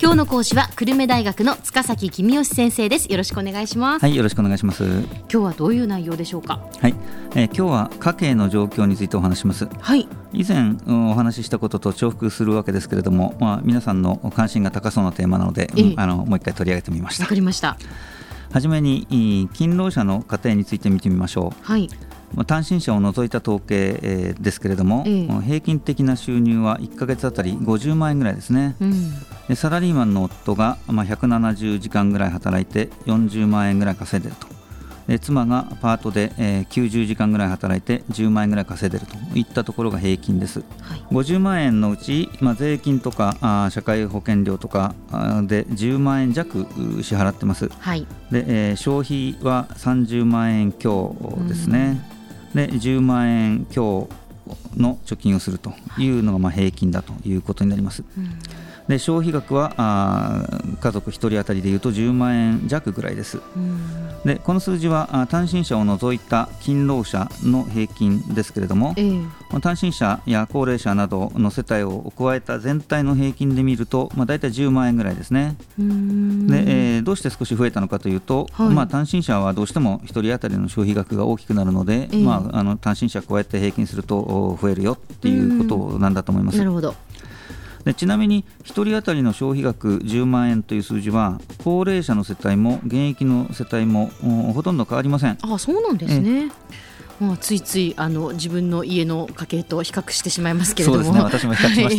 今日の講師は久留米大学の塚崎公義先生です。よろしくお願いします。 はい、よろしくお願いします。 今日はどういう内容でしょうか。 はい、今日は家計の状況についてお話します。 はい、 以前お話ししたことと重複するわけですけれども、皆さんの関心が高そうなテーマなので、もう一回取り上げてみました。 わかりました。 はじめに勤労者の家庭について見てみましょう。 はい、 単身者を除いた統計、ですけれども、平均的な収入は1ヶ月あたり50万円ぐらいですね。でサラリーマンの夫が、170時間ぐらい働いて40万円ぐらい稼いでいると。で妻がパートで、90時間ぐらい働いて10万円ぐらい稼いでいるといったところが平均です。はい、50万円のうち、税金とか社会保険料とかで10万円弱支払ってます。はい、で消費は30万円強ですね。で10万円強の貯金をするというのが平均だということになります。で消費額は家族1人当たりでいうと10万円弱ぐらいです。でこの数字は単身者を除いた勤労者の平均ですけれども、単身者や高齢者などの世帯を加えた全体の平均で見ると、だいたい10万円ぐらいですね。で、どうして少し増えたのかというと、単身者はどうしても1人当たりの消費額が大きくなるので、単身者加えて平均すると増えるよっていうことなんだと思います。 なるほど。 でちなみに1人当たりの消費額10万円という数字は高齢者の世帯も現役の世帯もほとんど変わりません。 そうなんですね。ついつい自分の家の家計と比較してしまいますけれども。 そうですね、私も比較し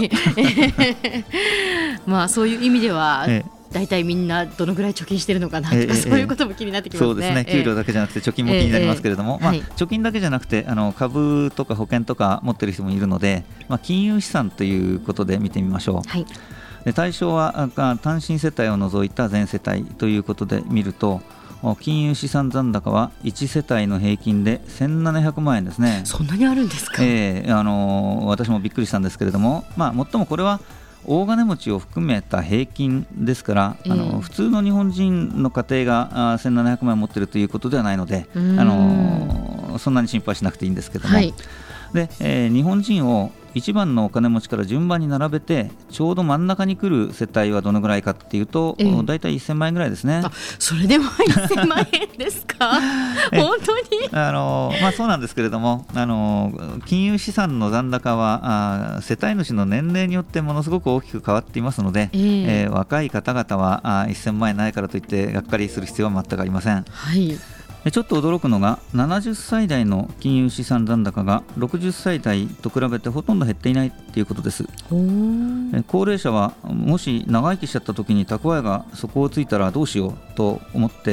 ました。 そういう意味では、大体みんなどのぐらい貯金してるのかなとか、そういうことも気になってきますね。 そうですね、給料だけじゃなくて貯金も気になりますけれども、貯金だけじゃなくて株とか保険とか持ってる人もいるので、金融資産ということで見てみましょう。はい、で対象は単身世帯を除いた全世帯ということで見ると、金融資産残高は1世帯の平均で1700万円ですね。 そんなにあるんですか。 私もびっくりしたんですけれども、最もこれは大金持ちを含めた平均ですから、普通の日本人の家庭が1700万円持っているということではないので、そんなに心配しなくていいんですけども、で日本人を一番のお金持ちから順番に並べてちょうど真ん中に来る世帯はどのぐらいかっていうと、だいたい1000万円ぐらいですね。 それでも1000万円ですか。本当にそうなんですけれども、金融資産の残高は世帯主の年齢によってものすごく大きく変わっていますので、若い方々は1000万円ないからといってがっかりする必要は全くありません。はい、ちょっと驚くのが70歳代の金融資産残高が60歳代と比べてほとんど減っていないということです。高齢者はもし長生きしちゃった時に蓄えが底をついたらどうしようと思って、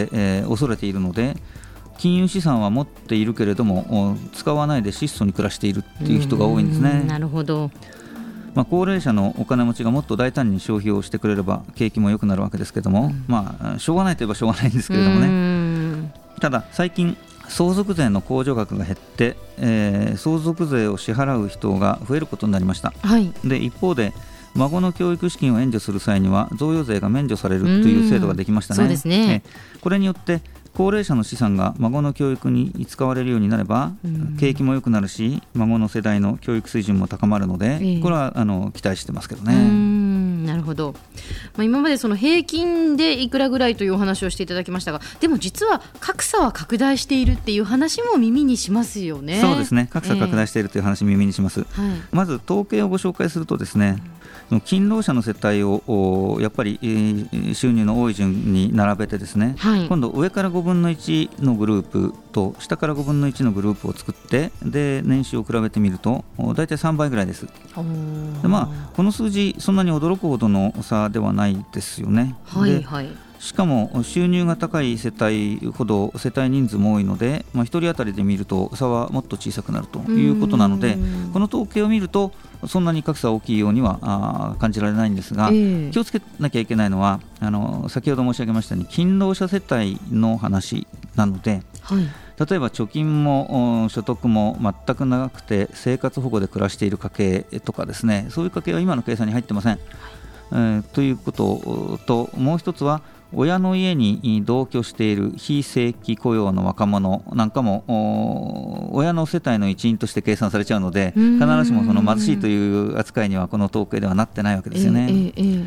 恐れているので、金融資産は持っているけれども使わないで質素に暮らしているっていう人が多いんですね。なるほど。高齢者のお金持ちがもっと大胆に消費をしてくれれば景気も良くなるわけですけども、しょうがないといえばしょうがないんですけれどもね。ただ最近相続税の控除額が減って、相続税を支払う人が増えることになりました。で一方で孫の教育資金を援助する際には贈与税が免除されるという制度ができましたね。そうですね。これによって高齢者の資産が孫の教育に使われるようになれば、景気も良くなるし孫の世代の教育水準も高まるので、これは期待してますけどね。 なるほど。今までその平均でいくらぐらいというお話をしていただきましたが、でも実は格差は拡大しているっていう話も耳にしますよね。 そうですね、格差拡大しているという話耳にします。まず統計をご紹介するとですね、勤労者の世帯をやっぱり収入の多い順に並べてですね、今度上から5分の1のグループと下から5分の1のグループを作って、で年収を比べてみるとだいたい3倍ぐらいです。でこの数字そんなに驚くほどの差ではないですよね。しかも収入が高い世帯ほど世帯人数も多いので、1人当たりで見ると差はもっと小さくなるということなので、この統計を見るとそんなに格差大きいようには感じられないんですが、気をつけなきゃいけないのは先ほど申し上げましたように勤労者世帯の話なので、例えば貯金も所得も全くなくて生活保護で暮らしている家計とかですね、そういう家計は今の計算に入ってません。ということと、もう一つは親の家に同居している非正規雇用の若者なんかも親の世帯の一員として計算されちゃうので、必ずしもその貧しいという扱いにはこの統計ではなってないわけですよね。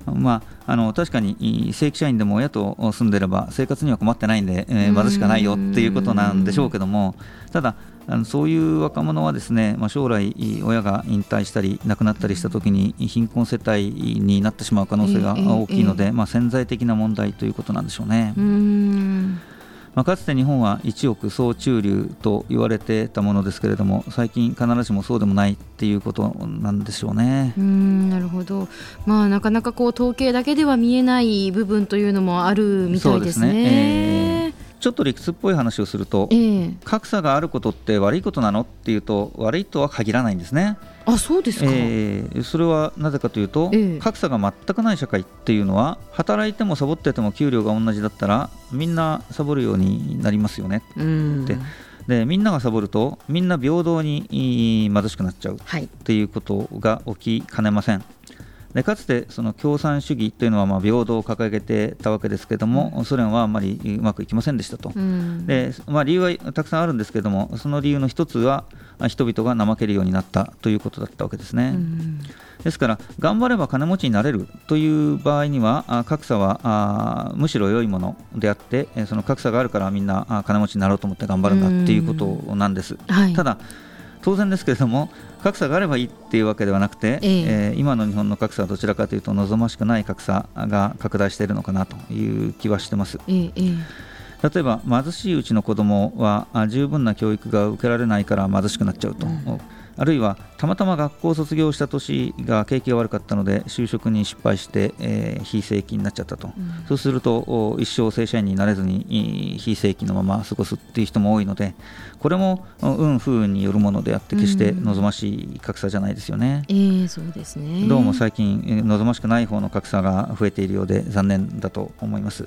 確かに正規社員でも親と住んでれば生活には困ってないんで、貧しくないよっていうことなんでしょうけども、ただそういう若者はですね、将来親が引退したり亡くなったりしたときに貧困世帯になってしまう可能性が大きいので、潜在的な問題ということなんでしょうね。かつて日本は一億総中流と言われてたものですけれども、最近必ずしもそうでもないっていうことなんでしょうね。 なるほど。なかなか統計だけでは見えない部分というのもあるみたいですね。 そうですね。ちょっと理屈っぽい話をすると、格差があることって悪いことなのっていうと悪いとは限らないんですね。 あ、そうですか。 それはなぜかというと、格差が全くない社会っていうのは、働いてもサボってても給料が同じだったらみんなサボるようになりますよねで、みんながサボるとみんな平等に貧しくなっちゃうっていうことが起きかねません。でかつてその共産主義というのは平等を掲げてたわけですけれども、ソ連はあまりうまくいきませんでしたと。で、理由はたくさんあるんですけれども、その理由の一つは人々が怠けるようになったということだったわけですね。ですから頑張れば金持ちになれるという場合には格差はむしろ良いものであって、その格差があるからみんな金持ちになろうと思って頑張るんだっていうことなんです。ただ当然ですけれども、格差があればいいっていうわけではなくて、今の日本の格差はどちらかというと望ましくない格差が拡大しているのかなという気はしてます。例えば貧しいうちの子どもは十分な教育が受けられないから貧しくなっちゃうと、あるいはたまたま学校を卒業した年が景気が悪かったので就職に失敗して、非正規になっちゃったと、そうすると一生正社員になれずに非正規のまま過ごすっていう人も多いので、これも運不運によるものであって決して望ましい格差じゃないですよね。 そうですね。 どうも最近望ましくない方の格差が増えているようで残念だと思います。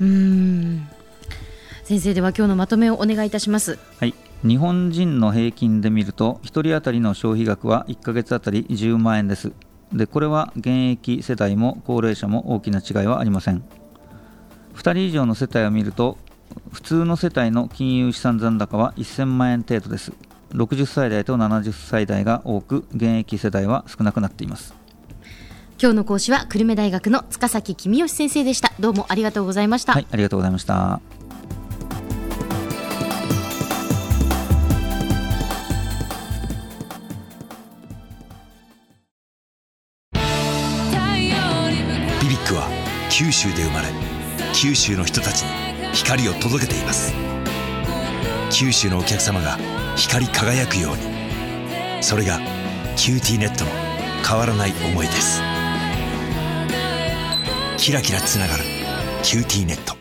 先生、では今日のまとめをお願いいたします。 はい、日本人の平均で見ると1人当たりの消費額は1ヶ月あたり10万円です。でこれは現役世代も高齢者も大きな違いはありません。2人以上の世帯を見ると普通の世帯の金融資産残高は1000万円程度です。60歳代と70歳代が多く、現役世代は少なくなっています。 今日の講師は久留米大学の塚崎公義先生でした。どうもありがとうございました。 はい、ありがとうございました。 ビビックは九州で生まれ、九州の人たちに光を届けています。九州のお客様が光り輝くように、それがキューティーネットの変わらない思いです。キラキラつながるキューティーネット。